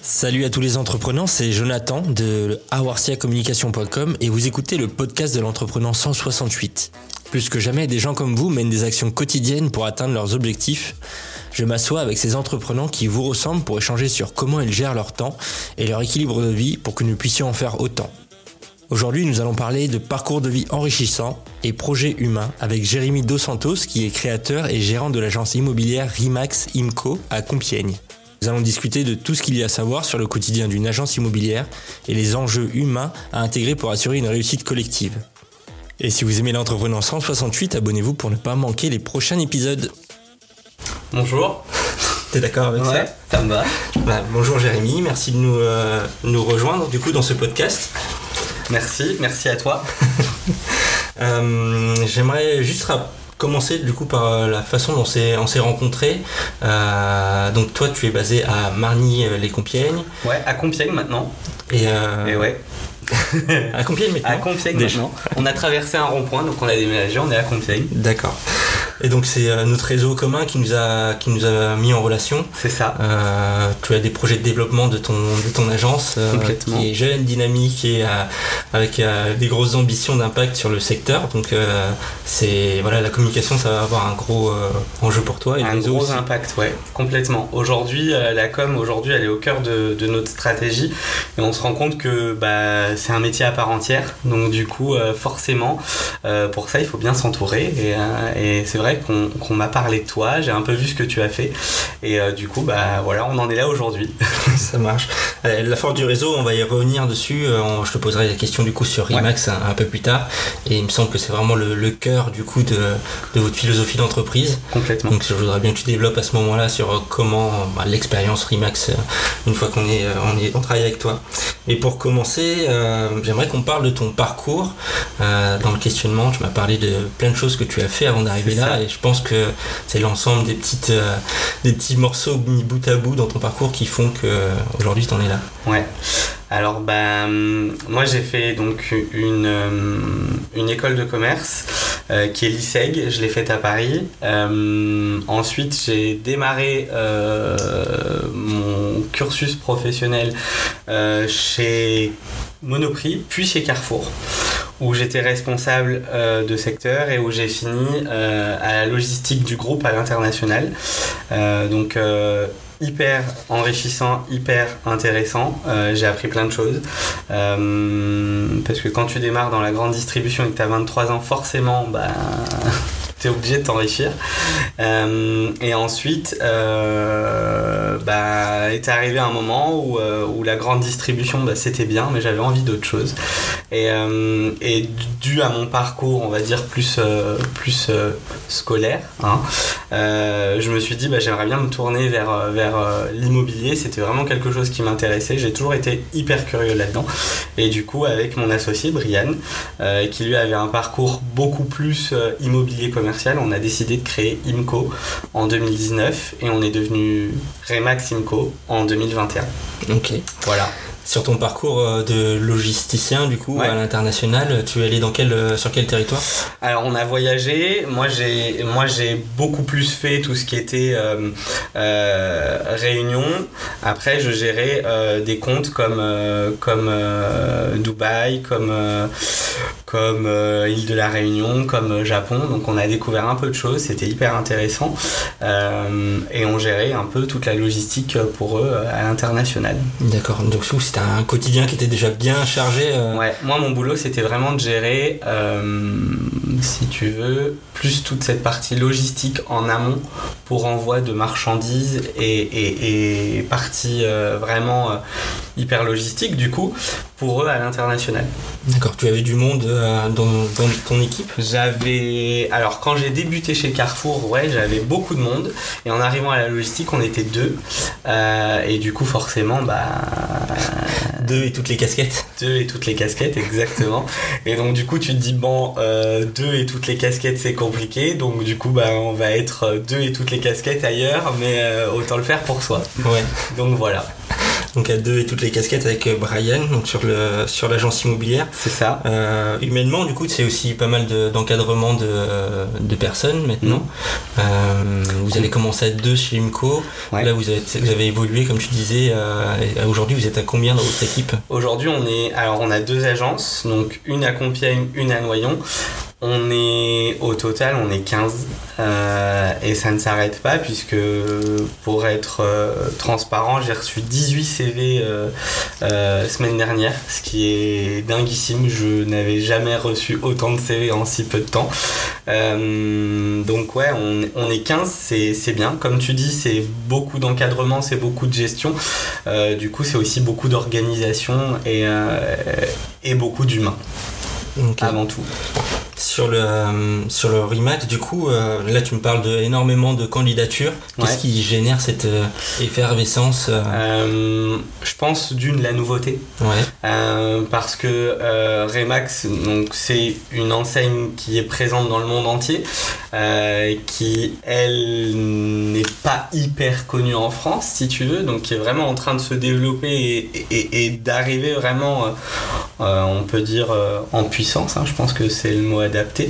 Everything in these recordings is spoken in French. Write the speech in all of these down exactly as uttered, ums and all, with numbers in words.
Salut à tous les entrepreneurs, c'est Jonathan de awarcia communication point com et vous écoutez le podcast de l'entrepreneur cent soixante-huit. Plus que jamais, des gens comme vous mènent des actions quotidiennes pour atteindre leurs objectifs. Je m'assois avec ces entrepreneurs qui vous ressemblent pour échanger sur comment ils gèrent leur temps et leur équilibre de vie pour que nous puissions en faire autant. Aujourd'hui, nous allons parler de parcours de vie enrichissant et projets humains avec Jérémy Dos Santos qui est créateur et gérant de l'agence immobilière Remax Imco à Compiègne. Nous allons discuter de tout ce qu'il y a à savoir sur le quotidien d'une agence immobilière et les enjeux humains à intégrer pour assurer une réussite collective. Et si vous aimez l'entrepreneur cent soixante-huit, abonnez-vous pour ne pas manquer les prochains épisodes. Bonjour. T'es d'accord avec ouais, ça? Ça me va. Bah, bonjour Jérémy, merci de nous, euh, nous rejoindre du coup dans ce podcast. Merci, merci à toi. euh, j'aimerais juste rappeler commencer du coup par la façon dont on s'est, on s'est rencontrés. Euh, donc toi tu es basé à Margny-les-Compiègnes. Ouais, à Compiègne maintenant. Et, euh... Et ouais. à Compiègne maintenant. À Compiègne maintenant. On a traversé un rond-point, donc on a déménagé, on est à Compiègne. D'accord. Et donc c'est euh, notre réseau commun qui nous a qui nous a mis en relation. C'est ça. Euh, tu as des projets de développement de ton de ton agence euh, Complètement. qui est jeune, dynamique et euh, avec euh, des grosses ambitions d'impact sur le secteur. Donc euh, c'est voilà, la communication, ça va avoir un gros euh, enjeu pour toi et un le réseau gros aussi. Impact, ouais, complètement. Aujourd'hui, euh, la com, aujourd'hui, elle est au cœur de, de notre stratégie et on se rend compte que bah c'est un métier à part entière. Donc du coup, euh, forcément, euh, pour ça, il faut bien s'entourer et, euh, et c'est vrai Qu'on, qu'on m'a parlé de toi, j'ai un peu vu ce que tu as fait et euh, du coup bah voilà, on en est là aujourd'hui. Ça marche. Euh, la force du réseau, on va y revenir dessus. Euh, on, je te poserai la question du coup sur Remax ouais. un, un peu plus tard et il me semble que c'est vraiment le, le cœur du coup de, de votre philosophie d'entreprise. Complètement. Donc je voudrais bien que tu développes à ce moment-là sur comment bah, l'expérience Remax euh, une fois qu'on est, on est on travaille avec toi. Et pour commencer, euh, j'aimerais qu'on parle de ton parcours euh, dans le questionnement. Tu m'as parlé de plein de choses que tu as fait avant d'arriver c'est là. Ça. Et je pense que c'est l'ensemble des, petites, euh, des petits morceaux mis bout à bout dans ton parcours qui font qu'aujourd'hui tu en es là. Ouais. Alors ben moi j'ai fait donc une, une école de commerce euh, qui est l'I S E G, je l'ai faite à Paris. Euh, ensuite j'ai démarré euh, mon cursus professionnel euh, chez Monoprix, puis chez Carrefour, où j'étais responsable euh, de secteur et où j'ai fini euh, à la logistique du groupe à l'international. Euh, donc euh, hyper enrichissant, hyper intéressant. Euh, j'ai appris plein de choses. Euh, parce que quand tu démarres dans la grande distribution et que tu as vingt-trois ans, forcément, bah, t'es obligé de t'enrichir. Euh, et ensuite, euh, bah, est arrivé un moment où, euh, où la grande distribution, bah, c'était bien, mais j'avais envie d'autre chose. Et, euh, et dû à mon parcours, on va dire, plus, euh, plus euh, scolaire, hein, euh, je me suis dit, bah, j'aimerais bien me tourner vers, vers euh, l'immobilier. C'était vraiment quelque chose qui m'intéressait. J'ai toujours été hyper curieux là-dedans. Et du coup, avec mon associé, Brian, euh, qui lui avait un parcours beaucoup plus euh, immobilier commercial, on a décidé de créer Imco en deux mille dix-neuf et on est devenu Remax Imco en deux mille vingt et un. Ok. Voilà. Sur ton parcours de logisticien, du coup, ouais. à l'international, tu es allé dans quel, sur quel territoire ? Alors, on a voyagé. Moi, j'ai, moi, j'ai beaucoup plus fait tout ce qui était euh, euh, réunion. Après, je gérais euh, des comptes comme, euh, comme euh, Dubaï, comme, euh, comme euh, Île de la Réunion, comme Japon. Donc, on a découvert un peu de choses. C'était hyper intéressant. Euh, et on gérait un peu toute la logistique pour eux à l'international. D'accord. Donc, c'était un quotidien qui était déjà bien chargé. Euh... Ouais, moi mon boulot c'était vraiment de gérer, euh, si tu veux, plus toute cette partie logistique en amont pour envoi de marchandises et, et, et partie euh, vraiment euh, hyper logistique du coup pour eux à l'international. D'accord, tu avais du monde euh, dans, dans ton équipe ? J'avais, alors quand j'ai débuté chez Carrefour, ouais, j'avais beaucoup de monde et en arrivant à la logistique on était deux euh, et du coup forcément bah deux et toutes les casquettes. Deux et toutes les casquettes, exactement. Et donc du coup tu te dis bon, euh, deux et toutes les casquettes c'est compliqué, donc du coup bah on va être deux et toutes les casquettes ailleurs, mais euh, autant le faire pour soi. Ouais. Donc voilà. donc à deux et toutes les casquettes avec Brian, donc sur le sur l'agence immobilière. C'est ça. Euh, humainement, du coup, c'est aussi pas mal de, d'encadrement de, de personnes maintenant. Mmh. Euh, vous avez commencé à être deux chez Imco. Ouais. Là, vous avez, vous avez évolué, comme tu disais. Euh, aujourd'hui, vous êtes à combien dans votre équipe ? Aujourd'hui, on est, alors on a deux agences, donc une à Compiègne, une à Noyon. On est, au total, on est quinze euh, et ça ne s'arrête pas puisque, pour être euh, transparent, j'ai reçu dix-huit C V euh, euh, semaine dernière, ce qui est dinguissime. Je n'avais jamais reçu autant de C V en si peu de temps. Euh, donc ouais, on, on est quinze, c'est, c'est bien. Comme tu dis, c'est beaucoup d'encadrement, c'est beaucoup de gestion. Euh, du coup, c'est aussi beaucoup d'organisation et, euh, et beaucoup d'humains. Okay. Avant tout. Sur le, euh, sur le Remax, du coup, euh, là tu me parles de énormément de candidatures. Qu'est-ce ouais. qui génère cette euh, effervescence euh... Euh, Je pense d'une, la nouveauté. Ouais. Euh, parce que euh, Remax, donc, c'est une enseigne qui est présente dans le monde entier, euh, qui, elle, n'est pas hyper connue en France, si tu veux, donc qui est vraiment en train de se développer et, et, et d'arriver vraiment, euh, on peut dire, euh, en puissance. Hein, je pense que c'est le mot adapté.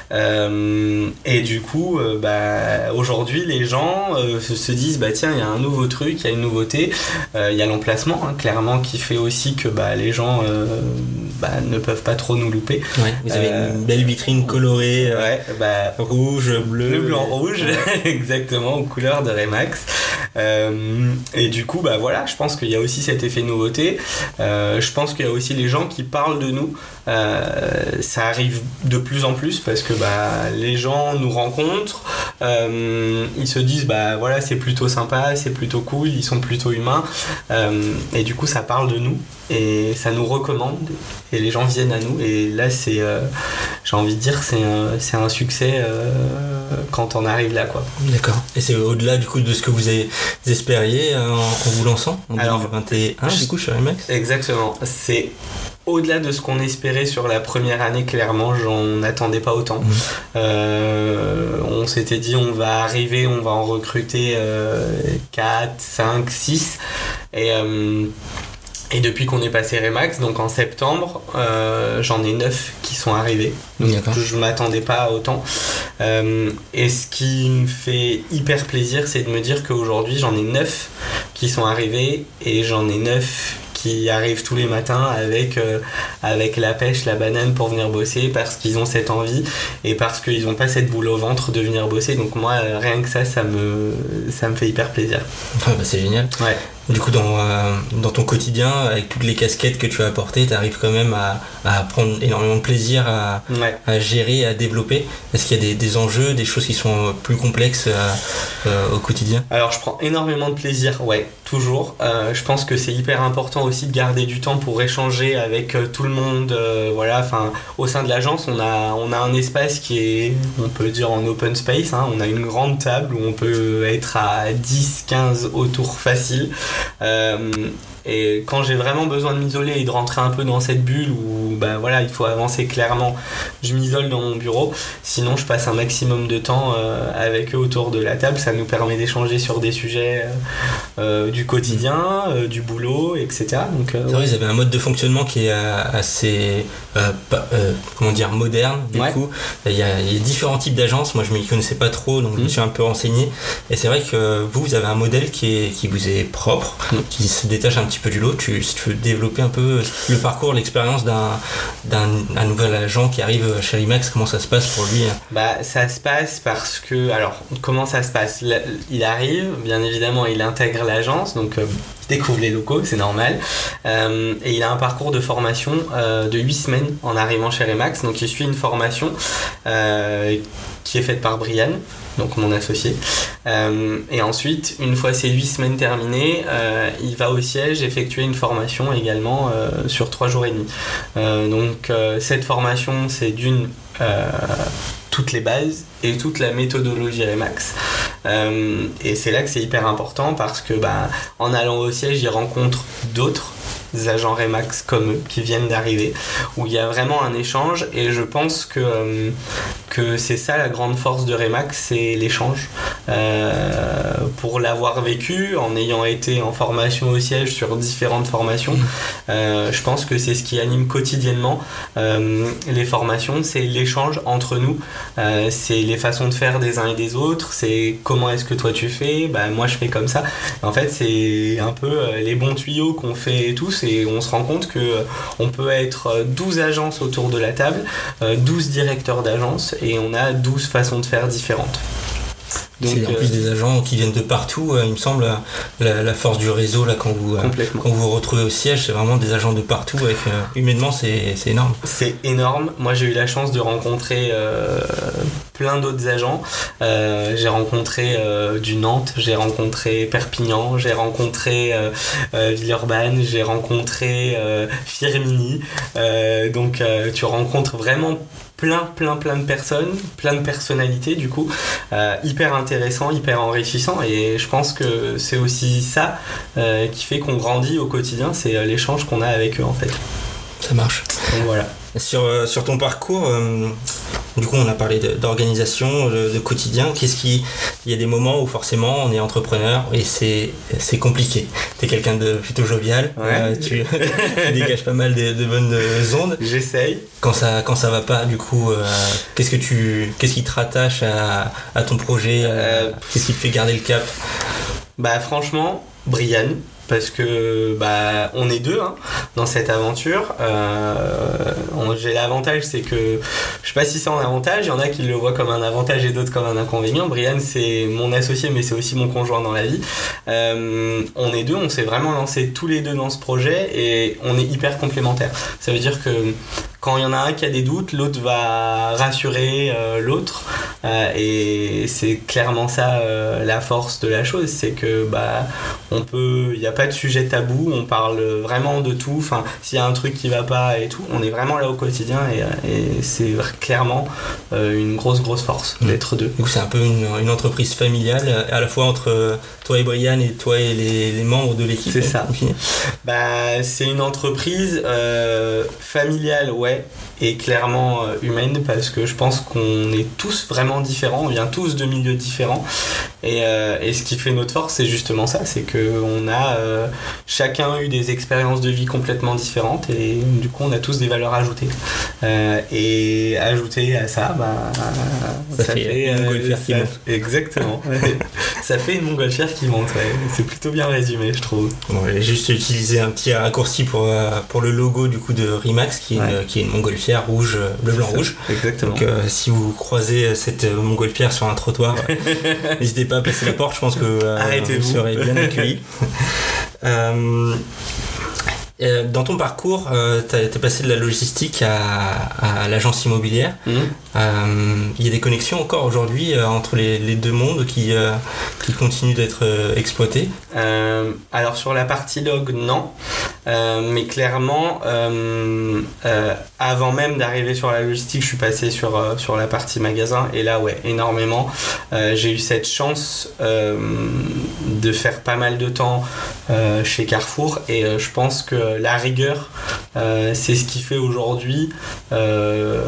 Euh, et du coup, euh, bah, aujourd'hui, les gens euh, se disent, bah tiens, il y a un nouveau truc, il y a une nouveauté, il euh, y a l'emplacement, hein, clairement, qui fait aussi que bah, les gens euh, bah, ne peuvent pas trop nous louper. Ouais, vous avez euh, une belle vitrine colorée, euh, ouais, bah, rouge, bleu, bleu, blanc, rouge, exactement, aux couleurs de Remax. Euh, et du coup, bah voilà, je pense qu'il y a aussi cet effet nouveauté. Euh, je pense qu'il y a aussi les gens qui parlent de nous. Euh, ça arrive de plus en plus parce que bah, les gens nous rencontrent, euh, ils se disent bah voilà, c'est plutôt sympa, c'est plutôt cool, ils sont plutôt humains, euh, et du coup ça parle de nous et ça nous recommande et les gens viennent à nous et là c'est euh, j'ai envie de dire c'est un, c'est un succès euh, quand on arrive là, quoi. D'accord. Et c'est au-delà du coup de ce que vous espériez euh, en, en vous lançant en Alors, deux mille vingt et un du coup chez Remax. Exactement, c'est au-delà de ce qu'on espérait sur la première année, clairement, j'en attendais pas autant. Mmh. Euh, on s'était dit, on va arriver, on va en recruter euh, quatre, cinq, six. Et, euh, et depuis qu'on est passé Remax, donc en septembre, euh, j'en ai neuf qui sont arrivés. Donc je ne m'attendais pas à autant. Euh, et ce qui me fait hyper plaisir, c'est de me dire qu'aujourd'hui, j'en ai neuf qui sont arrivés et j'en ai neuf qui arrivent tous les matins avec, euh, avec la pêche, la banane pour venir bosser parce qu'ils ont cette envie et parce qu'ils n'ont pas cette boule au ventre de venir bosser. Donc moi, euh, rien que ça, ça me, ça me fait hyper plaisir. Ah bah c'est génial. Ouais. Du coup, dans, euh, dans ton quotidien, avec toutes les casquettes que tu as apportées, tu arrives quand même à, à prendre énormément de plaisir à, ouais. à gérer, à développer. Est-ce qu'il y a des, des enjeux, des choses qui sont plus complexes euh, euh, au quotidien ? Alors, je prends énormément de plaisir, ouais, toujours. Euh, je pense que c'est hyper important aussi de garder du temps pour échanger avec euh, tout le monde. Euh, voilà, enfin, au sein de l'agence, on a, on a un espace qui est, on peut dire, en open space. Hein. On a une grande table où on peut être à dix, quinze autour facile. Euh, et quand j'ai vraiment besoin de m'isoler et de rentrer un peu dans cette bulle où ben voilà, il faut avancer clairement, je m'isole dans mon bureau. Sinon je passe un maximum de temps euh, avec eux autour de la table. Ça nous permet d'échanger sur des sujets euh, du quotidien, euh, du boulot, et cetera. Donc, euh, c'est vrai, ouais. Vous avez un mode de fonctionnement qui est euh, assez euh, pas, euh, comment dire, moderne. Du ouais. coup, il y, a, il y a différents types d'agences. Moi je ne m'y connaissais pas trop, donc mmh. je me suis un peu renseigné. Et c'est vrai que vous, vous avez un modèle qui, est, qui vous est propre, mmh. qui se détache un petit peu du lot. Tu, si tu veux développer un peu le parcours, l'expérience d'un, d'un un nouvel agent qui arrive chez Remax, comment ça se passe pour lui ? Bah, ça se passe parce que, alors, comment ça se passe ? Il arrive, bien évidemment, il intègre l'agence, donc euh, il découvre les locaux, c'est normal, euh, et il a un parcours de formation euh, de huit semaines en arrivant chez Remax, donc il suit une formation euh, qui est faite par Brian, donc mon associé. Euh, et ensuite, une fois ces huit semaines terminées, euh, il va au siège effectuer une formation également euh, sur trois jours et demi. Euh, donc euh, cette formation, c'est d'une euh, toutes les bases et toute la méthodologie Remax. Euh, et c'est là que c'est hyper important parce que bah, en allant au siège, il rencontre d'autres agents Remax comme eux qui viennent d'arriver, où il y a vraiment un échange et je pense que euh, que c'est ça la grande force de Remax, c'est l'échange. Euh, pour l'avoir vécu, en ayant été en formation au siège sur différentes formations, euh, je pense que c'est ce qui anime quotidiennement euh, les formations, c'est l'échange entre nous, euh, c'est les façons de faire des uns et des autres, c'est comment est-ce que toi tu fais, bah, moi je fais comme ça. En fait, c'est un peu les bons tuyaux qu'on fait tous et on se rend compte que euh, on peut être douze agences autour de la table, euh, douze directeurs d'agence et on a douze façons de faire différentes. Donc, c'est en plus euh, des agents qui viennent de partout, euh, il me semble, la, la force du réseau là, quand vous, euh, quand vous vous retrouvez au siège, c'est vraiment des agents de partout, avec, euh, humainement c'est, c'est énorme. C'est énorme, moi j'ai eu la chance de rencontrer euh, plein d'autres agents, euh, j'ai rencontré euh, du Nantes, j'ai rencontré Perpignan, j'ai rencontré euh, euh, Villeurbanne, j'ai rencontré euh, Firminy, euh, donc euh, tu rencontres vraiment plein plein plein de personnes, plein de personnalités du coup, euh, hyper intéressant, hyper enrichissant et je pense que c'est aussi ça euh, qui fait qu'on grandit au quotidien, c'est l'échange qu'on a avec eux en fait. Ça marche. Donc voilà. Sur, euh, sur ton parcours, euh, du coup on a parlé de, d'organisation, de, de quotidien, qu'est-ce qui... Il y a des moments où forcément on est entrepreneur et c'est, c'est compliqué. T'es quelqu'un de plutôt jovial, ouais. euh, tu, tu dégages pas mal de, de bonnes ondes. J'essaye. Quand ça, quand ça va pas, du coup, euh, qu'est-ce que tu, qu'est-ce qui te rattache à, à ton projet, euh, qu'est-ce qui te fait garder le cap? Bah franchement, Brian. Parce que bah on est deux hein, dans cette aventure. Euh, on, j'ai l'avantage, c'est que je sais pas si c'est un avantage, il y en a qui le voient comme un avantage et d'autres comme un inconvénient. Brian c'est mon associé mais c'est aussi mon conjoint dans la vie. Euh, on est deux, on s'est vraiment lancé tous les deux dans ce projet et on est hyper complémentaires. Ça veut dire que quand il y en a un qui a des doutes, l'autre va rassurer euh, l'autre euh, et c'est clairement ça euh, la force de la chose, c'est que bah on peut, il y a pas de sujet tabou, on parle vraiment de tout, enfin s'il y a un truc qui va pas et tout, on est vraiment là au quotidien et, et c'est clairement euh, une grosse grosse force mmh. d'être deux. Du coup c'est un peu une, une entreprise familiale à la fois entre toi et Brian et toi et les, les membres de l'équipe. C'est ça. Bah c'est une entreprise euh, familiale ouais et clairement euh, humaine parce que je pense qu'on est tous vraiment différents, on vient tous de milieux différents et, euh, et ce qui fait notre force c'est justement ça, c'est qu'on a euh, chacun eu des expériences de vie complètement différentes et du coup on a tous des valeurs ajoutées euh, et ajouter à ça bah, ça, ça fait, fait une montgolfière euh, qui monte. Exactement. Ça fait une montgolfière qui monte, ouais. C'est plutôt bien résumé je trouve. Bon, j'ai juste utilisé un petit raccourci pour, euh, pour le logo du coup de Remax qui est, ouais. une, qui est une montgolfière rouge, bleu, blanc, rouge. Exactement. Donc euh, si vous croisez cette montgolfière sur un trottoir, n'hésitez pas à passer la porte, je pense que euh, vous serez bien accueillis. euh, Dans ton parcours, euh, tu es passé de la logistique à, à l'agence immobilière. Mmh. Euh, il y a des connexions encore aujourd'hui euh, entre les, les deux mondes qui, euh, qui continuent d'être euh, exploités. Euh, alors sur la partie log, non. Euh, mais clairement, euh, euh, avant même d'arriver sur la logistique, je suis passé sur, euh, sur la partie magasin. Et là, ouais, énormément. Euh, j'ai eu cette chance euh, de faire pas mal de temps euh, chez Carrefour. Et euh, je pense que la rigueur, euh, c'est ce qui fait aujourd'hui euh,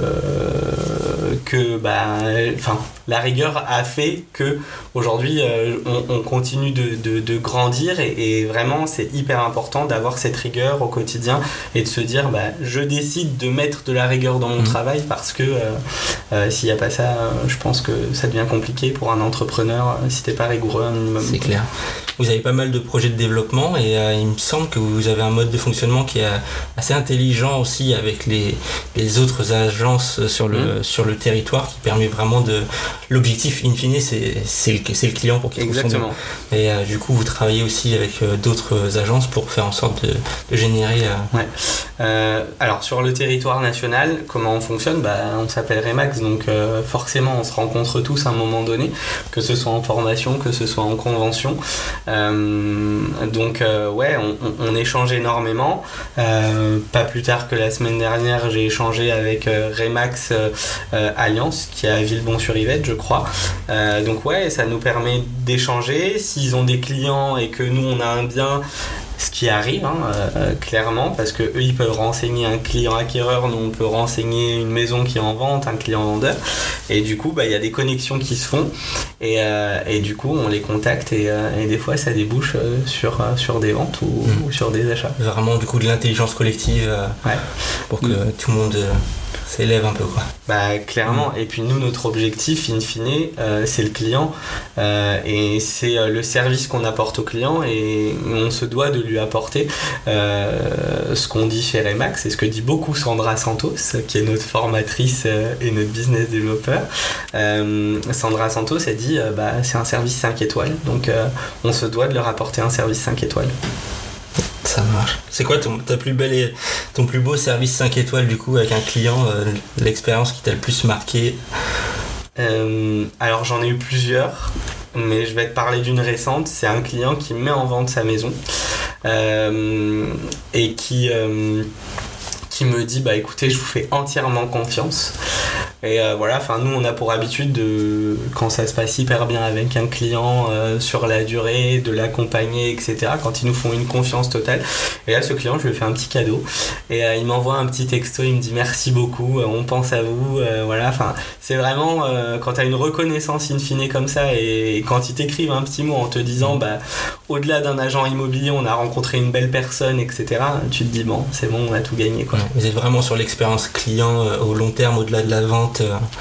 que bah, enfin, la rigueur a fait que aujourd'hui euh, on, on continue de, de, de grandir et, et vraiment c'est hyper important d'avoir cette rigueur au quotidien et de se dire bah, je décide de mettre de la rigueur dans mon mmh. travail parce que euh, euh, s'il n'y a pas ça, euh, je pense que ça devient compliqué pour un entrepreneur euh, si t'es pas rigoureux un minimum. C'est clair. Vous avez pas mal de projets de développement et euh, il me semble que vous avez un mode de fonctionnement qui est assez intelligent aussi avec les, les autres agences sur le, mmh. sur le territoire qui permet vraiment de... L'objectif in fine c'est, c'est, le, c'est le client pour qu'il trouve son bien. Et euh, du coup vous travaillez aussi avec euh, d'autres agences pour faire en sorte de, de générer... Euh... Ouais. Euh, alors sur le territoire national, comment on fonctionne bah, on s'appelle Remax donc euh, forcément on se rencontre tous à un moment donné, que ce soit en formation, que ce soit en convention. Euh, donc euh, ouais on, on, on échange énormément euh, pas plus tard que la semaine dernière j'ai échangé avec euh, Remax euh, Alliance qui est à Villebon-sur-Yvette je crois euh, donc ouais ça nous permet d'échanger s'ils ont des clients et que nous on a un bien. Ce qui arrive, hein, euh, clairement, parce que eux ils peuvent renseigner un client acquéreur, nous on peut renseigner une maison qui est en vente, un client vendeur, et du coup bah il y a des connexions qui se font, et, euh, et du coup on les contacte, et, euh, et des fois ça débouche euh, sur, euh, sur des ventes ou, mmh. ou sur des achats. Vraiment du coup de l'intelligence collective euh, ouais. pour que mmh. tout le monde euh, s'élève un peu, quoi. Bah clairement, mmh. et puis nous notre objectif in fine euh, c'est le client, euh, et c'est euh, le service qu'on apporte au client, et on se doit de lui apporter euh, ce qu'on dit chez Remax, et ce que dit beaucoup Sandra Santos, qui est notre formatrice euh, et notre business développeur. euh, Sandra Santos elle dit euh, bah, c'est un service cinq étoiles, donc euh, on se doit de leur apporter un service cinq étoiles. Ça marche. C'est quoi ton, ta plus belle, ton plus beau service cinq étoiles du coup avec un client, euh, l'expérience qui t'a le plus marqué? euh, Alors j'en ai eu plusieurs, mais je vais te parler d'une récente. C'est un client qui met en vente sa maison euh, et qui, euh, qui me dit bah écoutez, je vous fais entièrement confiance. Et euh, voilà, enfin nous on a pour habitude de, quand ça se passe hyper bien avec un client euh, sur la durée, de l'accompagner, et cetera. Quand ils nous font une confiance totale. Et là ce client, je lui fais un petit cadeau et euh, il m'envoie un petit texto, il me dit merci beaucoup, euh, on pense à vous, euh, voilà. Enfin c'est vraiment euh, quand t'as une reconnaissance in fine comme ça, et, et quand ils t'écrivent un petit mot en te disant bah au-delà d'un agent immobilier, on a rencontré une belle personne, et cetera. Tu te dis bon, c'est bon, on a tout gagné, quoi. Vous êtes vraiment sur l'expérience client euh, au long terme, au-delà de la vente.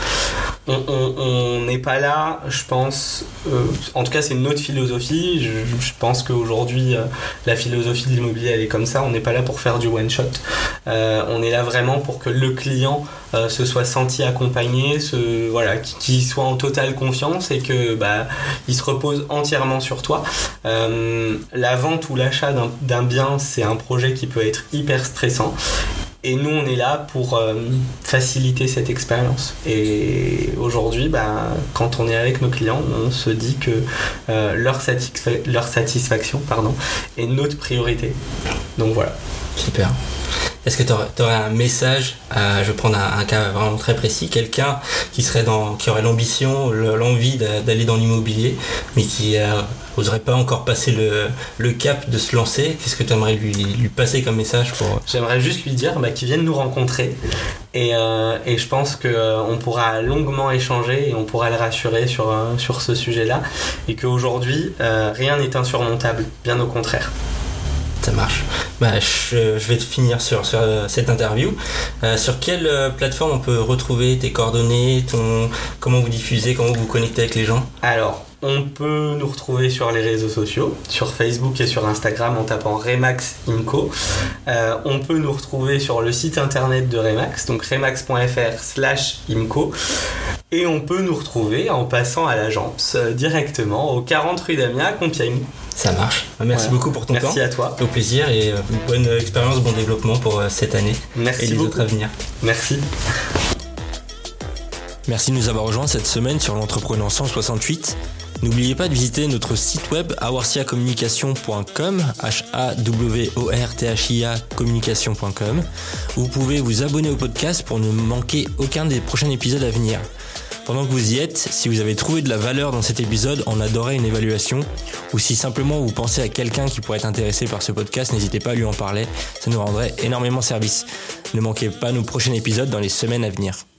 On n'est pas là, je pense, euh, en tout cas c'est notre philosophie, je, je pense qu'aujourd'hui euh, la philosophie de l'immobilier elle est comme ça, on n'est pas là pour faire du one shot, euh, on est là vraiment pour que le client euh, se soit senti accompagné, se, voilà, qu'il soit en totale confiance et que bah, il se repose entièrement sur toi. Euh, la vente ou l'achat d'un, d'un bien, c'est un projet qui peut être hyper stressant. Et nous, on est là pour euh, faciliter cette expérience. Et aujourd'hui, bah, quand on est avec nos clients, on se dit que euh, leur, satisfa- leur satisfaction pardon, est notre priorité. Donc voilà. Super. Est-ce que tu aurais un message à, je vais prendre un, un cas vraiment très précis, quelqu'un qui serait dans, qui aurait l'ambition, l'envie d'aller dans l'immobilier, mais qui n'oserait pas encore passer le, le cap de se lancer. Qu'est-ce que tu aimerais lui, lui passer comme message pour... J'aimerais juste lui dire bah, qu'il vienne nous rencontrer, et, euh, et je pense qu'on euh, pourra longuement échanger et on pourra le rassurer sur, euh, sur ce sujet-là, et qu'aujourd'hui, euh, rien n'est insurmontable, bien au contraire. Ça marche. Bah, je, je vais te finir sur, sur cette interview. Euh, sur quelle euh, plateforme on peut retrouver tes coordonnées, ton, comment vous diffusez, comment vous connectez avec les gens? Alors, on peut nous retrouver sur les réseaux sociaux, sur Facebook et sur Instagram en tapant Remax Imco. Euh, on peut nous retrouver sur le site internet de Remax, donc remax.fr slash Imco. Et on peut nous retrouver en passant à l'agence euh, directement au quarante rue d'Amiens à Compiègne. Ça marche. Merci voilà. beaucoup pour ton Merci temps. Merci à toi. Au plaisir et euh, bonne expérience, bon développement pour euh, cette année. Merci et les beaucoup. autres à venir. Merci. Merci de nous avoir rejoints cette semaine sur l'Entrepreneur cent soixante-huit. N'oubliez pas de visiter notre site web haworthia communication point com, H A W O R T H I A communication point com. Vous pouvez vous abonner au podcast pour ne manquer aucun des prochains épisodes à venir. Pendant que vous y êtes, si vous avez trouvé de la valeur dans cet épisode, on adorerait une évaluation. Ou si simplement vous pensez à quelqu'un qui pourrait être intéressé par ce podcast, n'hésitez pas à lui en parler. Ça nous rendrait énormément service. Ne manquez pas nos prochains épisodes dans les semaines à venir.